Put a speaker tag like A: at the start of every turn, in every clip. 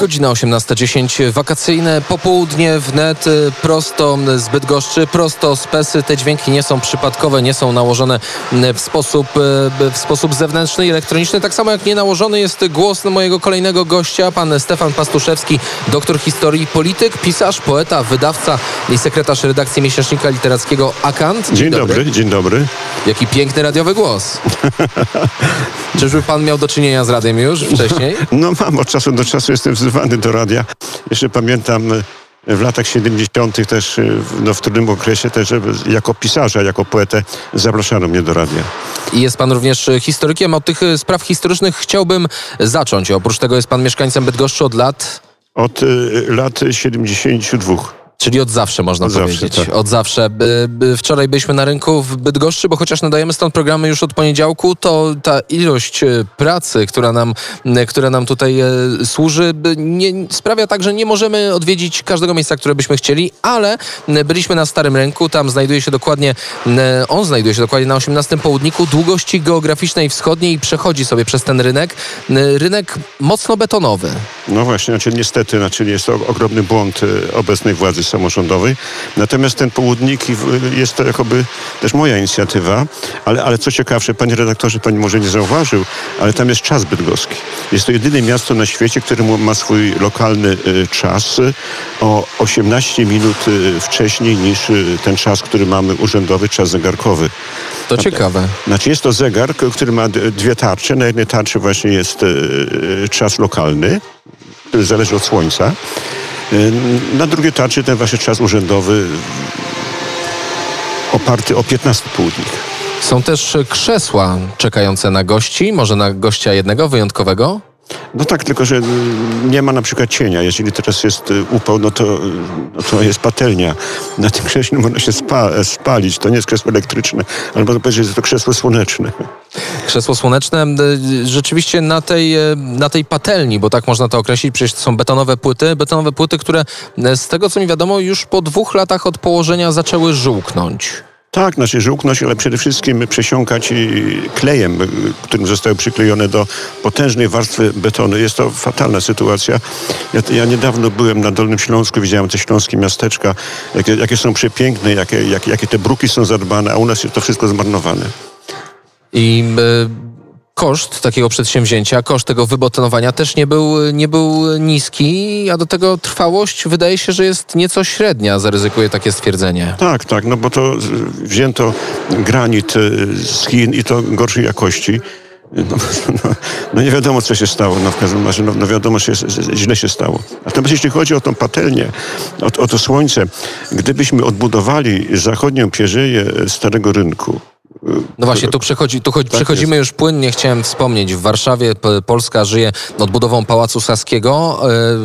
A: Godzina 18:10. Wakacyjne popołudnie wnet, prosto z Bydgoszczy, prosto z Pesy. Te dźwięki nie są przypadkowe, nie są nałożone w sposób zewnętrzny i elektroniczny. Tak samo jak nie nałożony jest głos mojego kolejnego gościa, pan Stefan Pastuszewski, doktor historii, polityk, pisarz, poeta, wydawca i sekretarz redakcji miesięcznika literackiego Akant.
B: Dzień dobry, dzień dobry.
A: Jaki piękny radiowy głos. Czyżby pan miał do czynienia z radiem już wcześniej?
B: No mam, od czasu do czasu jestem wzywany do radia. Jeszcze pamiętam w latach 70. też, w trudnym okresie też, jako pisarza, jako poetę zapraszano mnie do radia.
A: I jest pan również historykiem. Od tych spraw historycznych chciałbym zacząć. Oprócz tego jest pan mieszkańcem Bydgoszczy od lat?
B: Od lat 72.
A: Czyli od zawsze, można powiedzieć.
B: Zawsze, tak.
A: Od zawsze. Wczoraj byliśmy na rynku w Bydgoszczy, bo chociaż nadajemy stąd programy już od poniedziałku, to ta ilość pracy, która nam tutaj służy, sprawia tak, że nie możemy odwiedzić każdego miejsca, które byśmy chcieli, ale byliśmy na Starym Rynku, on znajduje się dokładnie na 18 południku długości geograficznej wschodniej i przechodzi sobie przez ten rynek. Rynek mocno betonowy.
B: No właśnie, niestety, jest to ogromny błąd obecnej władzy samorządowej. Natomiast ten południk jest to jakoby też moja inicjatywa, ale co ciekawsze, panie redaktorze, pani może nie zauważył, ale tam jest czas bydgoski. Jest to jedyne miasto na świecie, które ma swój lokalny czas o 18 minut wcześniej niż ten czas, który mamy urzędowy, czas zegarkowy.
A: To ciekawe.
B: Jest to zegar, który ma dwie tarcze. Na jednej tarczy właśnie jest czas lokalny, który zależy od słońca. Na drugiej tarczy ten właśnie czas urzędowy oparty o 15 południk.
A: Są też krzesła czekające na gości, może na gościa jednego, wyjątkowego?
B: No tak, tylko że nie ma na przykład cienia. Jeżeli teraz jest upał, no to jest patelnia. Na tym krześle można się spalić. To nie jest krzesło elektryczne, ale można powiedzieć, że jest to krzesło słoneczne.
A: Krzesło słoneczne. Rzeczywiście na tej patelni, bo tak można to określić, przecież to są betonowe płyty, które z tego co mi wiadomo już po 2 latach od położenia zaczęły żółknąć. Tak,
B: żółknąć, ale przede wszystkim przesiąkać klejem, którym zostały przyklejone do potężnej warstwy betonu. Jest to fatalna sytuacja. Ja niedawno byłem na Dolnym Śląsku, widziałem te śląskie miasteczka, jakie są przepiękne, jakie te bruki są zadbane, a u nas jest to wszystko zmarnowane.
A: I koszt takiego przedsięwzięcia, koszt tego wybetonowania też nie był niski, a do tego trwałość wydaje się, że jest nieco średnia, zaryzykuję takie stwierdzenie.
B: Tak, no bo to wzięto granit z Chin i to gorszej jakości. No nie wiadomo, co się stało, w każdym razie, wiadomo, że źle się stało. Natomiast jeśli chodzi o tą patelnię, o to słońce, gdybyśmy odbudowali zachodnią pierzyję Starego Rynku,
A: no właśnie, przechodzimy już płynnie. Chciałem wspomnieć, w Warszawie Polska żyje odbudową Pałacu Saskiego.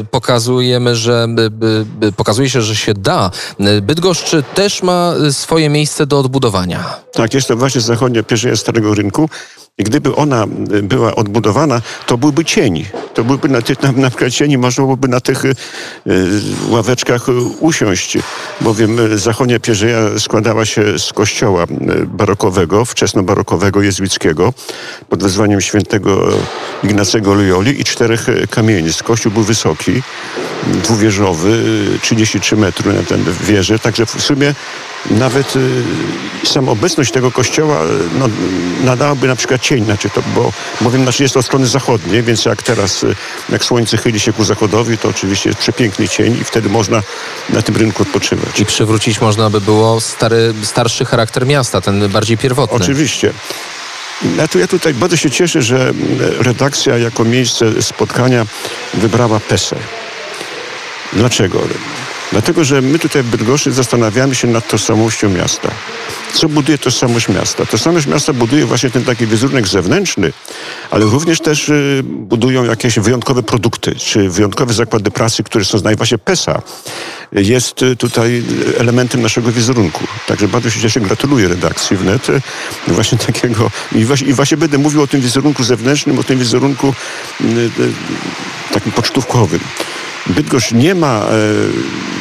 A: Pokazuje się, że się da. Bydgoszcz też ma swoje miejsce do odbudowania. Tak,
B: jest to właśnie zachodnia pierzyja Starego Rynku. I gdyby ona była odbudowana, to byłby cień. To byłby na przykład cień, można byłoby na tych ławeczkach usiąść, bowiem zachodnia pierzyja składała się z kościoła barokowego, wczesnobarokowego, jezuickiego, pod wezwaniem świętego Ignacego Loyoli i 4 kamienic. Kościół był wysoki, dwuwieżowy, 33 metry na tę wieżę, także w sumie nawet sama obecność tego kościoła nadałaby na przykład cień, bowiem jest to od strony zachodniej, więc jak teraz, jak słońce chyli się ku zachodowi, to oczywiście jest przepiękny cień i wtedy można na tym rynku odpoczywać.
A: I przywrócić można by było starszy charakter miasta, ten bardziej pierwotny.
B: Oczywiście. Ja tutaj bardzo się cieszę, że redakcja jako miejsce spotkania wybrała Pesę. Dlaczego? Dlatego, że my tutaj w Bydgoszczy zastanawiamy się nad tożsamością miasta. Co buduje tożsamość miasta? Tożsamość miasta buduje właśnie ten taki wizerunek zewnętrzny, ale również też budują jakieś wyjątkowe produkty, czy wyjątkowe zakłady pracy, które są znane. Właśnie Pesa jest tutaj elementem naszego wizerunku. Także bardzo się cieszę, gratuluję redakcji wnet. Właśnie takiego i właśnie będę mówił o tym wizerunku zewnętrznym, o tym wizerunku takim pocztówkowym. Bydgoszcz nie ma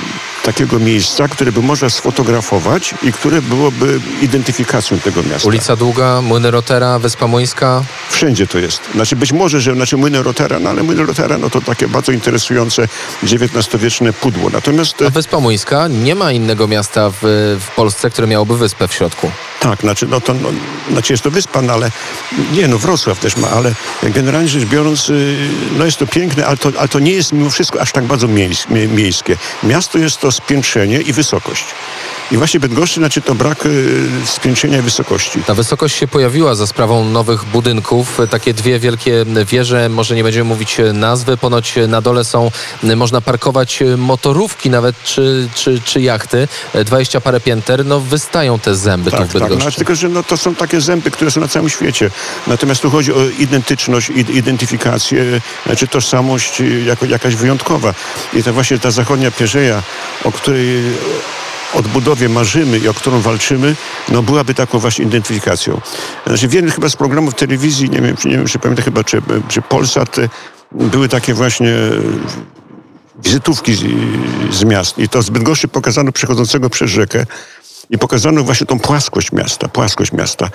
B: takiego miejsca, które by można sfotografować i które byłoby identyfikacją tego miasta.
A: Ulica Długa, Młyny Rotera, Wyspa Młyńska.
B: Wszędzie to jest. Znaczy być może, że Młyny Rotera, ale Młyny Rotera to takie bardzo interesujące XIX-wieczne pudło. Natomiast
A: A Wyspa Młyńska, nie ma innego miasta w Polsce, które miałoby wyspę w środku.
B: Tak, znaczy jest to wyspa, ale Wrocław też ma, ale generalnie rzecz biorąc, jest to piękne, ale to nie jest mimo wszystko aż tak bardzo miejskie. Miasto jest to spiętrzenie i wysokość. I właśnie Bydgoszczy, to brak spiętrzenia i wysokości.
A: Ta wysokość się pojawiła za sprawą nowych budynków. Takie dwie wielkie wieże, może nie będziemy mówić nazwy, ponoć na dole można parkować motorówki nawet, czy jachty. 20 parę pięter, wystają te zęby tu w Bydgoszczy.
B: Tak, tylko że to są takie zęby, które są na całym świecie. Natomiast tu chodzi o identyczność, identyfikację, tożsamość jakaś wyjątkowa. I to właśnie ta zachodnia pierzeja, o której odbudowie marzymy i o którą walczymy, byłaby taką właśnie identyfikacją. Znaczy wiele chyba z programów telewizji, nie wiem czy pamiętam chyba, czy Polsat, były takie właśnie wizytówki z miast. I to z Bydgoszczy pokazano przechodzącego przez rzekę i pokazano właśnie tą płaskość miasta.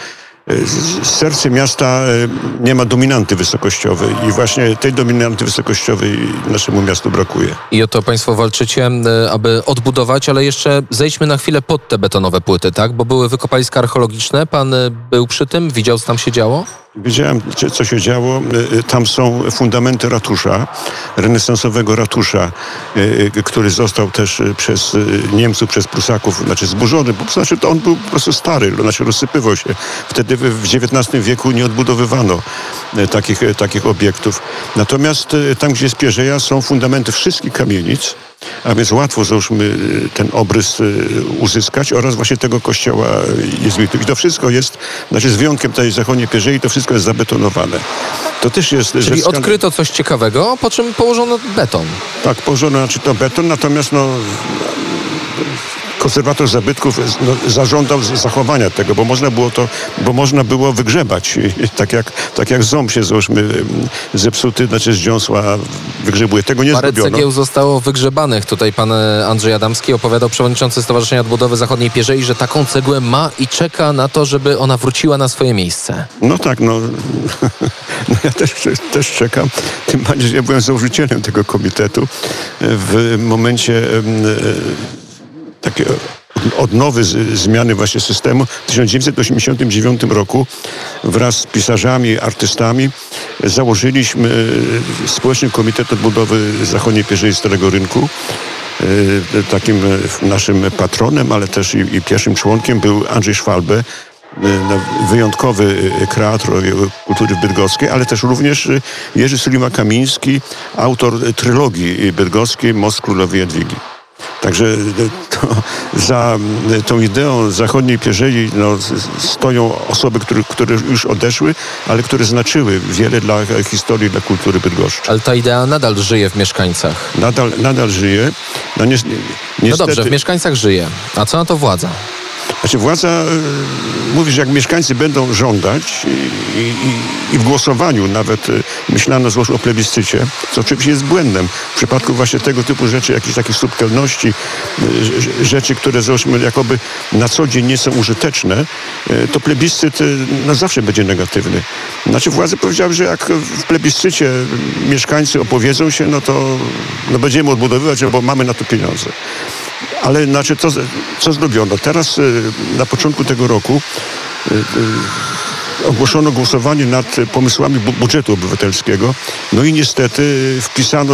B: Serce miasta nie ma dominanty wysokościowej i właśnie tej dominanty wysokościowej naszemu miastu brakuje.
A: I o to państwo walczycie, aby odbudować, ale jeszcze zejdźmy na chwilę pod te betonowe płyty, tak? Bo były wykopaliska archeologiczne. Pan był przy tym? Widział, co tam się działo?
B: Wiedziałem, co się działo. Tam są fundamenty ratusza, renesansowego ratusza, który został też przez Niemców, przez Prusaków, zburzony. To on był po prostu stary, rozsypywał się. Wtedy w XIX wieku nie odbudowywano takich obiektów. Natomiast tam, gdzie jest pierzeja, są fundamenty wszystkich kamienic, a więc łatwo, załóżmy, ten obrys uzyskać oraz właśnie tego kościoła jezuitów. I to wszystko jest, z wyjątkiem tej zachodniej pierzei, to wszystko jest zabetonowane. To też jest...
A: Czyli odkryto coś ciekawego, po czym położono beton.
B: Tak, położono to beton, natomiast konserwator zabytków zażądał zachowania tego, bo można było wygrzebać. Tak jak ząb się, załóżmy, zepsuty, z dziąsła wygrzebuje. Tego nie zrobiono.
A: Parę cegieł zostało wygrzebanych. Tutaj pan Andrzej Adamski opowiadał, przewodniczący Stowarzyszenia Odbudowy Zachodniej Pierzei, że taką cegłę ma i czeka na to, żeby ona wróciła na swoje miejsce.
B: Ja też czekam. Tym bardziej, że ja byłem założycielem tego komitetu w momencie takiej odnowy, zmiany właśnie systemu. W 1989 roku wraz z pisarzami, artystami założyliśmy Społeczny Komitet Odbudowy Zachodniej Pierzei Starego Rynku. Takim naszym patronem, ale też i pierwszym członkiem był Andrzej Szwalbe, wyjątkowy kreator kultury bydgoskiej, ale też również Jerzy Sulima-Kamiński, autor trylogii bydgoskiej Most Królowej Jadwigi. Także za tą ideą zachodniej pierzei stoją osoby, które już odeszły, ale które znaczyły wiele dla historii, dla kultury Bydgoszczy.
A: Ale ta idea nadal żyje w mieszkańcach.
B: Nadal żyje. Niestety...
A: No dobrze, w mieszkańcach żyje. A co na to władza?
B: Władza mówi, że jak mieszkańcy będą żądać i w głosowaniu nawet myślano złożyć o plebiscycie, co oczywiście jest błędem. W przypadku właśnie tego typu rzeczy, jakichś takich subtelności, rzeczy, które załóżmy jakoby na co dzień nie są użyteczne, to plebiscyt zawsze będzie negatywny. Władze powiedziały, że jak w plebiscycie mieszkańcy opowiedzą się, to będziemy odbudowywać, bo mamy na to pieniądze. Ale co zrobiono? Teraz na początku tego roku ogłoszono głosowanie nad pomysłami budżetu obywatelskiego. I niestety wpisano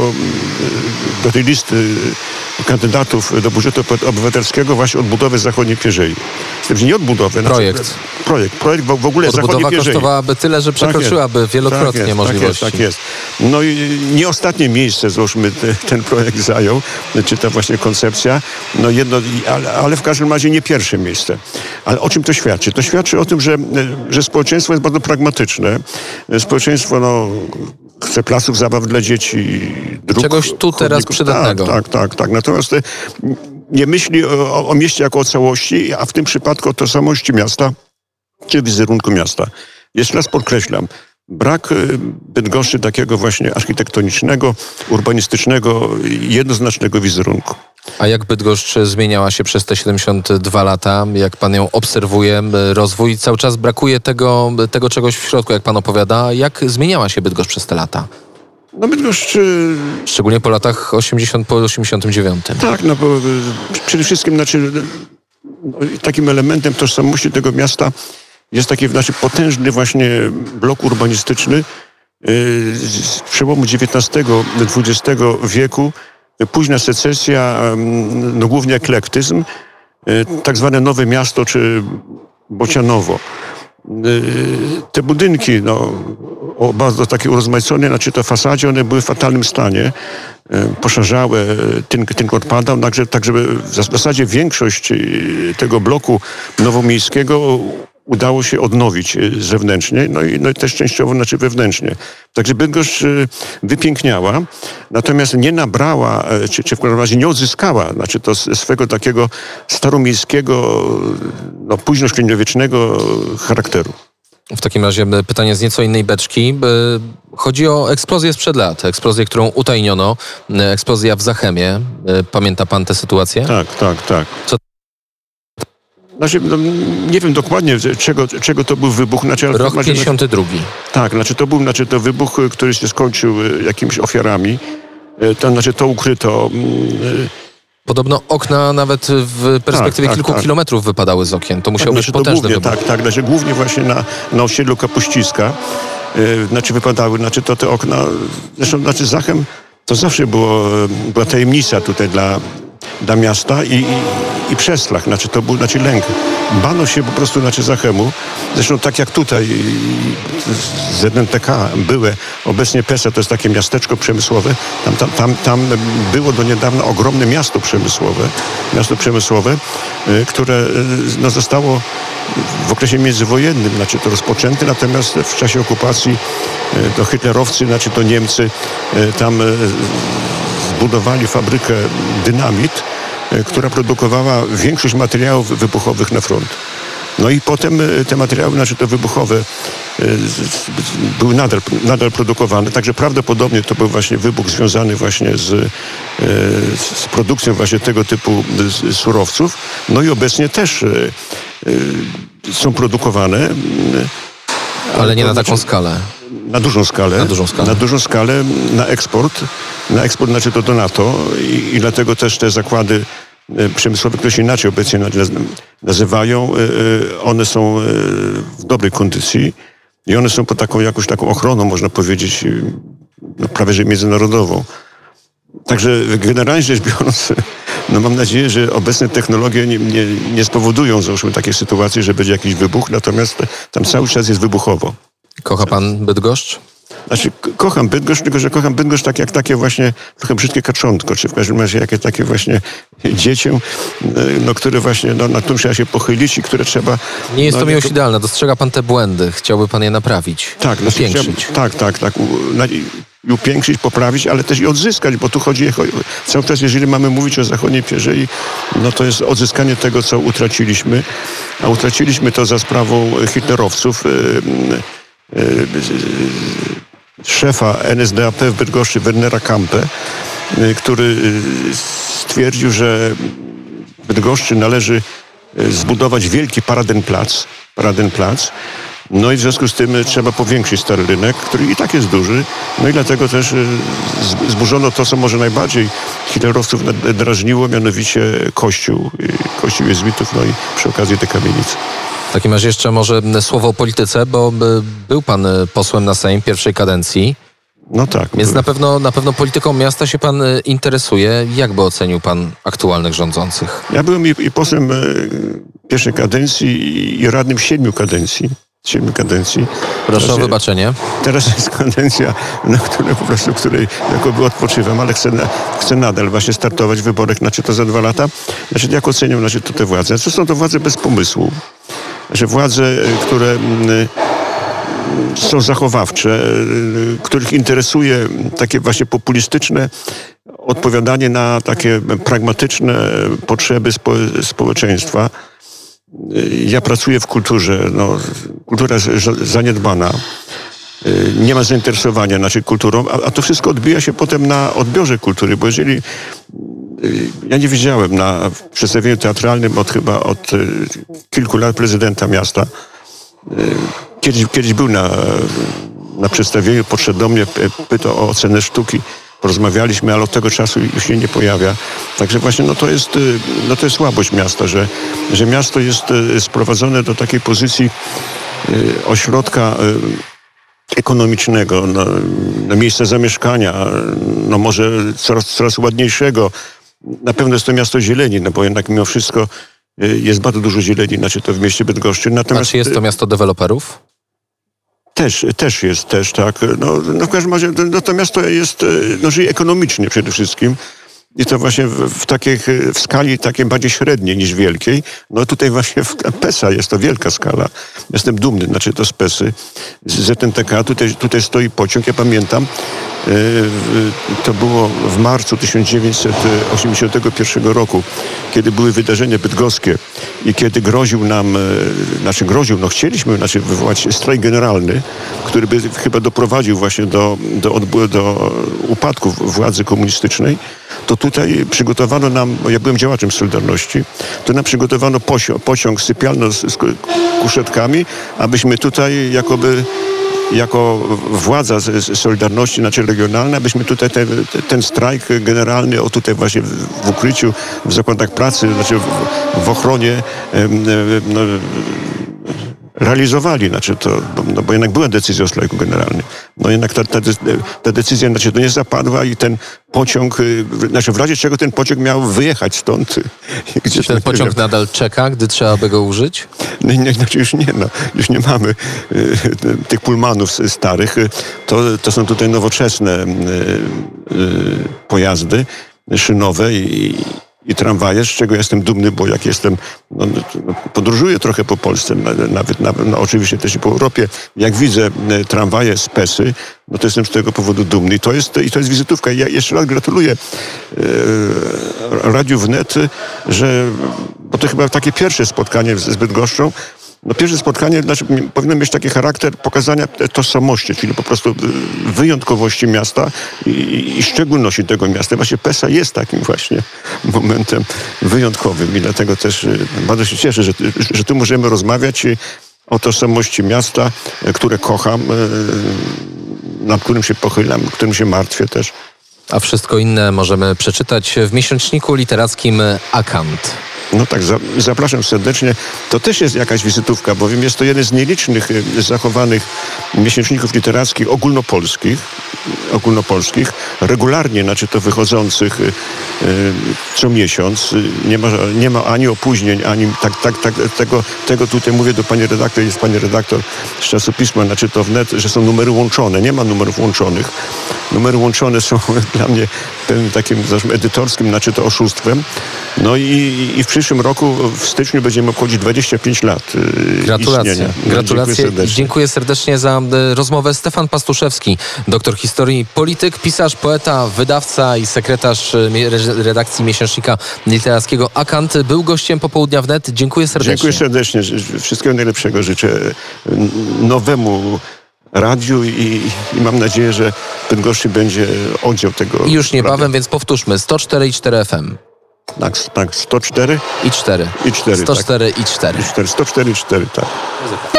B: do tej listy kandydatów do budżetu obywatelskiego właśnie odbudowę zachodniej pierzei. Nie odbudowę. Projekt w ogóle zachodniej pierzei.
A: Odbudowa kosztowałaby tyle, że przekroczyłaby wielokrotnie możliwości.
B: Tak jest. I nie ostatnie miejsce, załóżmy, ten projekt zajął, czy ta właśnie koncepcja, ale w każdym razie nie pierwsze miejsce. Ale o czym to świadczy? To świadczy o tym, że społeczeństwo jest bardzo pragmatyczne. Społeczeństwo chce placów zabaw dla dzieci, dróg,
A: czegoś tu teraz przydatnego.
B: Tak. Natomiast nie myśli o mieście jako o całości, a w tym przypadku o tożsamości miasta, czy wizerunku miasta. Jeszcze raz podkreślam, brak Bydgoszczy takiego właśnie architektonicznego, urbanistycznego, jednoznacznego wizerunku.
A: A jak Bydgoszcz zmieniała się przez te 72 lata? Jak pan ją obserwuje, rozwój? Cały czas brakuje tego czegoś w środku, jak pan opowiada. Jak zmieniała się Bydgoszcz przez te lata?
B: No Bydgoszcz...
A: Szczególnie po latach 80, po 89.
B: Tak, no bo przede wszystkim takim elementem tożsamości tego miasta jest taki potężny właśnie blok urbanistyczny z przełomu XIX-XX wieku, późna secesja, no głównie eklektyzm, tak zwane Nowe Miasto czy Bocianowo. Te budynki, o bardzo takie urozmaicone, to fasadzie, one były w fatalnym stanie, poszerzałe, tynk odpadał, także w zasadzie większość tego bloku nowomiejskiego udało się odnowić zewnętrznie, no i też częściowo wewnętrznie. Także Bydgoszcz wypiękniała, natomiast nie nabrała, czy w każdym razie nie odzyskała, to swego takiego staromiejskiego, późnośredniowiecznego charakteru.
A: W takim razie pytanie z nieco innej beczki. Chodzi o eksplozję sprzed lat. Eksplozję, którą utajniono. Eksplozja w Zachemie. Pamięta pan tę sytuację?
B: Tak. Nie wiem dokładnie, czego to był wybuch. Ale
A: rok 52.
B: Tak, to wybuch, który się skończył jakimiś ofiarami. To ukryto.
A: Podobno okna nawet w perspektywie kilku kilometrów wypadały z okien. To musiał być potężny wybuch. Tak, głównie właśnie na osiedlu Kapuściska wypadały, te okna. Zresztą Zachem to zawsze była tajemnica tutaj dla miasta i przestrach, to był lęk. Bano się po prostu Zachemu. Zresztą tak jak tutaj ZNTK były, obecnie PESA to jest takie miasteczko przemysłowe. Tam było do niedawna ogromne miasto przemysłowe, które zostało w okresie międzywojennym, to rozpoczęte, natomiast w czasie okupacji to hitlerowcy, to Niemcy tam zbudowali fabrykę Dynamit, która produkowała większość materiałów wybuchowych na front. No i potem te materiały, wybuchowe były nadal produkowane, także prawdopodobnie to był właśnie wybuch związany właśnie z produkcją właśnie tego typu surowców. No i obecnie też są produkowane. Ale nie na taką skalę.
B: Na dużą skalę, na eksport to do NATO i dlatego też te zakłady przemysłowe, które się inaczej obecnie nazywają, one są w dobrej kondycji i one są pod taką ochroną, można powiedzieć, prawie że międzynarodową. Także generalnie rzecz biorąc, mam nadzieję, że obecne technologie nie spowodują, załóżmy, takiej sytuacji, że będzie jakiś wybuch, natomiast tam cały czas jest wybuchowo.
A: Kocha pan Bydgoszcz?
B: Kocham Bydgoszcz, tylko że kocham Bydgoszcz tak jak takie właśnie trochę brzydkie kaczątko, czy w każdym razie jakie takie właśnie dziecię, które właśnie, nad którym trzeba się pochylić i które trzeba...
A: Nie jest to miłość idealna, dostrzega pan te błędy, chciałby pan je naprawić, upiększyć.
B: Tak. I upiększyć, poprawić, ale też i odzyskać, bo tu chodzi cały czas, jeżeli mamy mówić o zachodniej pierzei, to jest odzyskanie tego, co utraciliśmy, a utraciliśmy to za sprawą hitlerowców, szefa NSDAP w Bydgoszczy, Wernera Kampę, który stwierdził, że w Bydgoszczy należy zbudować wielki Paradenplatz. No i w związku z tym trzeba powiększyć stary rynek, który i tak jest duży. No i dlatego też zburzono to, co może najbardziej hitlerowców drażniło, mianowicie kościół jezuitów, no i przy okazji te kamienice.
A: W takim razie jeszcze może słowo o polityce, bo był pan posłem na Sejm pierwszej kadencji.
B: No tak.
A: Więc na pewno polityką miasta się pan interesuje. Jak by ocenił pan aktualnych rządzących?
B: Ja byłem i posłem pierwszej kadencji i radnym 7 kadencji.
A: Proszę o wybaczenie.
B: Teraz jest kadencja, w której jakoby odpoczywam, ale chcę nadal właśnie startować w wyborach, to za 2 lata. Jak oceniam, to te władze? Są to władze bez pomysłu. Władze, które są zachowawcze, których interesuje takie właśnie populistyczne odpowiadanie na takie pragmatyczne potrzeby społeczeństwa. Ja pracuję w kulturze. Kultura jest zaniedbana. Nie ma zainteresowania kulturą, a to wszystko odbija się potem na odbiorze kultury, bo jeżeli Ja nie widziałem na przedstawieniu teatralnym od kilku lat prezydenta miasta. Kiedyś był na przedstawieniu, podszedł do mnie, pytał o ocenę sztuki. Porozmawialiśmy, ale od tego czasu już się nie pojawia. Także właśnie to jest słabość miasta, że miasto jest sprowadzone do takiej pozycji ośrodka ekonomicznego, na miejsce zamieszkania, może coraz ładniejszego. Na pewno jest to miasto zieleni, bo jednak mimo wszystko jest bardzo dużo zieleni, to w mieście Bydgoszczy.
A: Natomiast jest to miasto deweloperów?
B: Też jest, tak. W każdym razie to miasto jest, żyje ekonomicznie przede wszystkim. I to właśnie w skali takiej bardziej średniej niż wielkiej. Tutaj właśnie w PESA jest to wielka skala. Jestem dumny, to z PESY, z ZNTK. Tutaj stoi pociąg, ja pamiętam. To było w marcu 1981 roku, kiedy były wydarzenia bydgoskie i kiedy chcieliśmy wywołać strajk generalny, który by chyba doprowadził właśnie do upadku władzy komunistycznej. To tutaj przygotowano nam, bo ja byłem działaczem Solidarności, to nam przygotowano pociąg sypialny z kuszetkami, abyśmy tutaj jako władza Solidarności, regionalna, abyśmy tutaj ten strajk generalny, tutaj właśnie w ukryciu, w zakładach pracy, w ochronie, realizowali, bo jednak była decyzja o strajku generalnym. Jednak ta decyzja to nie zapadła i ten pociąg, w razie czego ten pociąg miał wyjechać stąd.
A: Czy ten pociąg nadal czeka, gdy trzeba by go użyć?
B: Już nie mamy tych pullmanów starych. To są tutaj nowoczesne pojazdy szynowe i tramwaje, z czego jestem dumny, bo jak jestem, podróżuję trochę po Polsce, nawet oczywiście też i po Europie. Jak widzę tramwaje z PESY, to jestem z tego powodu dumny. I to jest wizytówka. Ja jeszcze raz gratuluję Radiu Wnet, bo to chyba takie pierwsze spotkanie z Bydgoszczą. Pierwsze spotkanie powinno mieć taki charakter pokazania tożsamości, czyli po prostu wyjątkowości miasta i szczególności tego miasta. Właśnie PESA jest takim właśnie momentem wyjątkowym i dlatego też bardzo się cieszę, że tu możemy rozmawiać o tożsamości miasta, które kocham, nad którym się pochylam, którym się martwię też.
A: A wszystko inne możemy przeczytać w miesięczniku literackim Akant.
B: Zapraszam serdecznie. To też jest jakaś wizytówka, bowiem jest to jeden z nielicznych zachowanych miesięczników literackich ogólnopolskich, regularnie, to wychodzących co miesiąc. Nie ma ani opóźnień, ani tego tutaj mówię do pani redaktor, jest pani redaktor z czasopisma, to wnet, że są numery łączone. Nie ma numerów łączonych. Numery łączone są dla mnie pewnym takim edytorskim, to oszustwem. I w przyszłym roku, w styczniu, będziemy obchodzić 25 lat istnienia.
A: Gratulacje. Dziękuję serdecznie za rozmowę. Stefan Pastuszewski, doktor historii, polityk, pisarz, poeta, wydawca i sekretarz redakcji miesięcznika literackiego Akant, był gościem Popołudnia Wnet. Dziękuję serdecznie.
B: Dziękuję serdecznie. Wszystkiego najlepszego życzę nowemu radiu i mam nadzieję, że w Bydgoszczy będzie oddział tego.
A: I już niebawem, więc powtórzmy. 104,4 FM.
B: Tak, 104
A: i 4.
B: 104
A: 104 i 4.
B: 104 i 4, tak.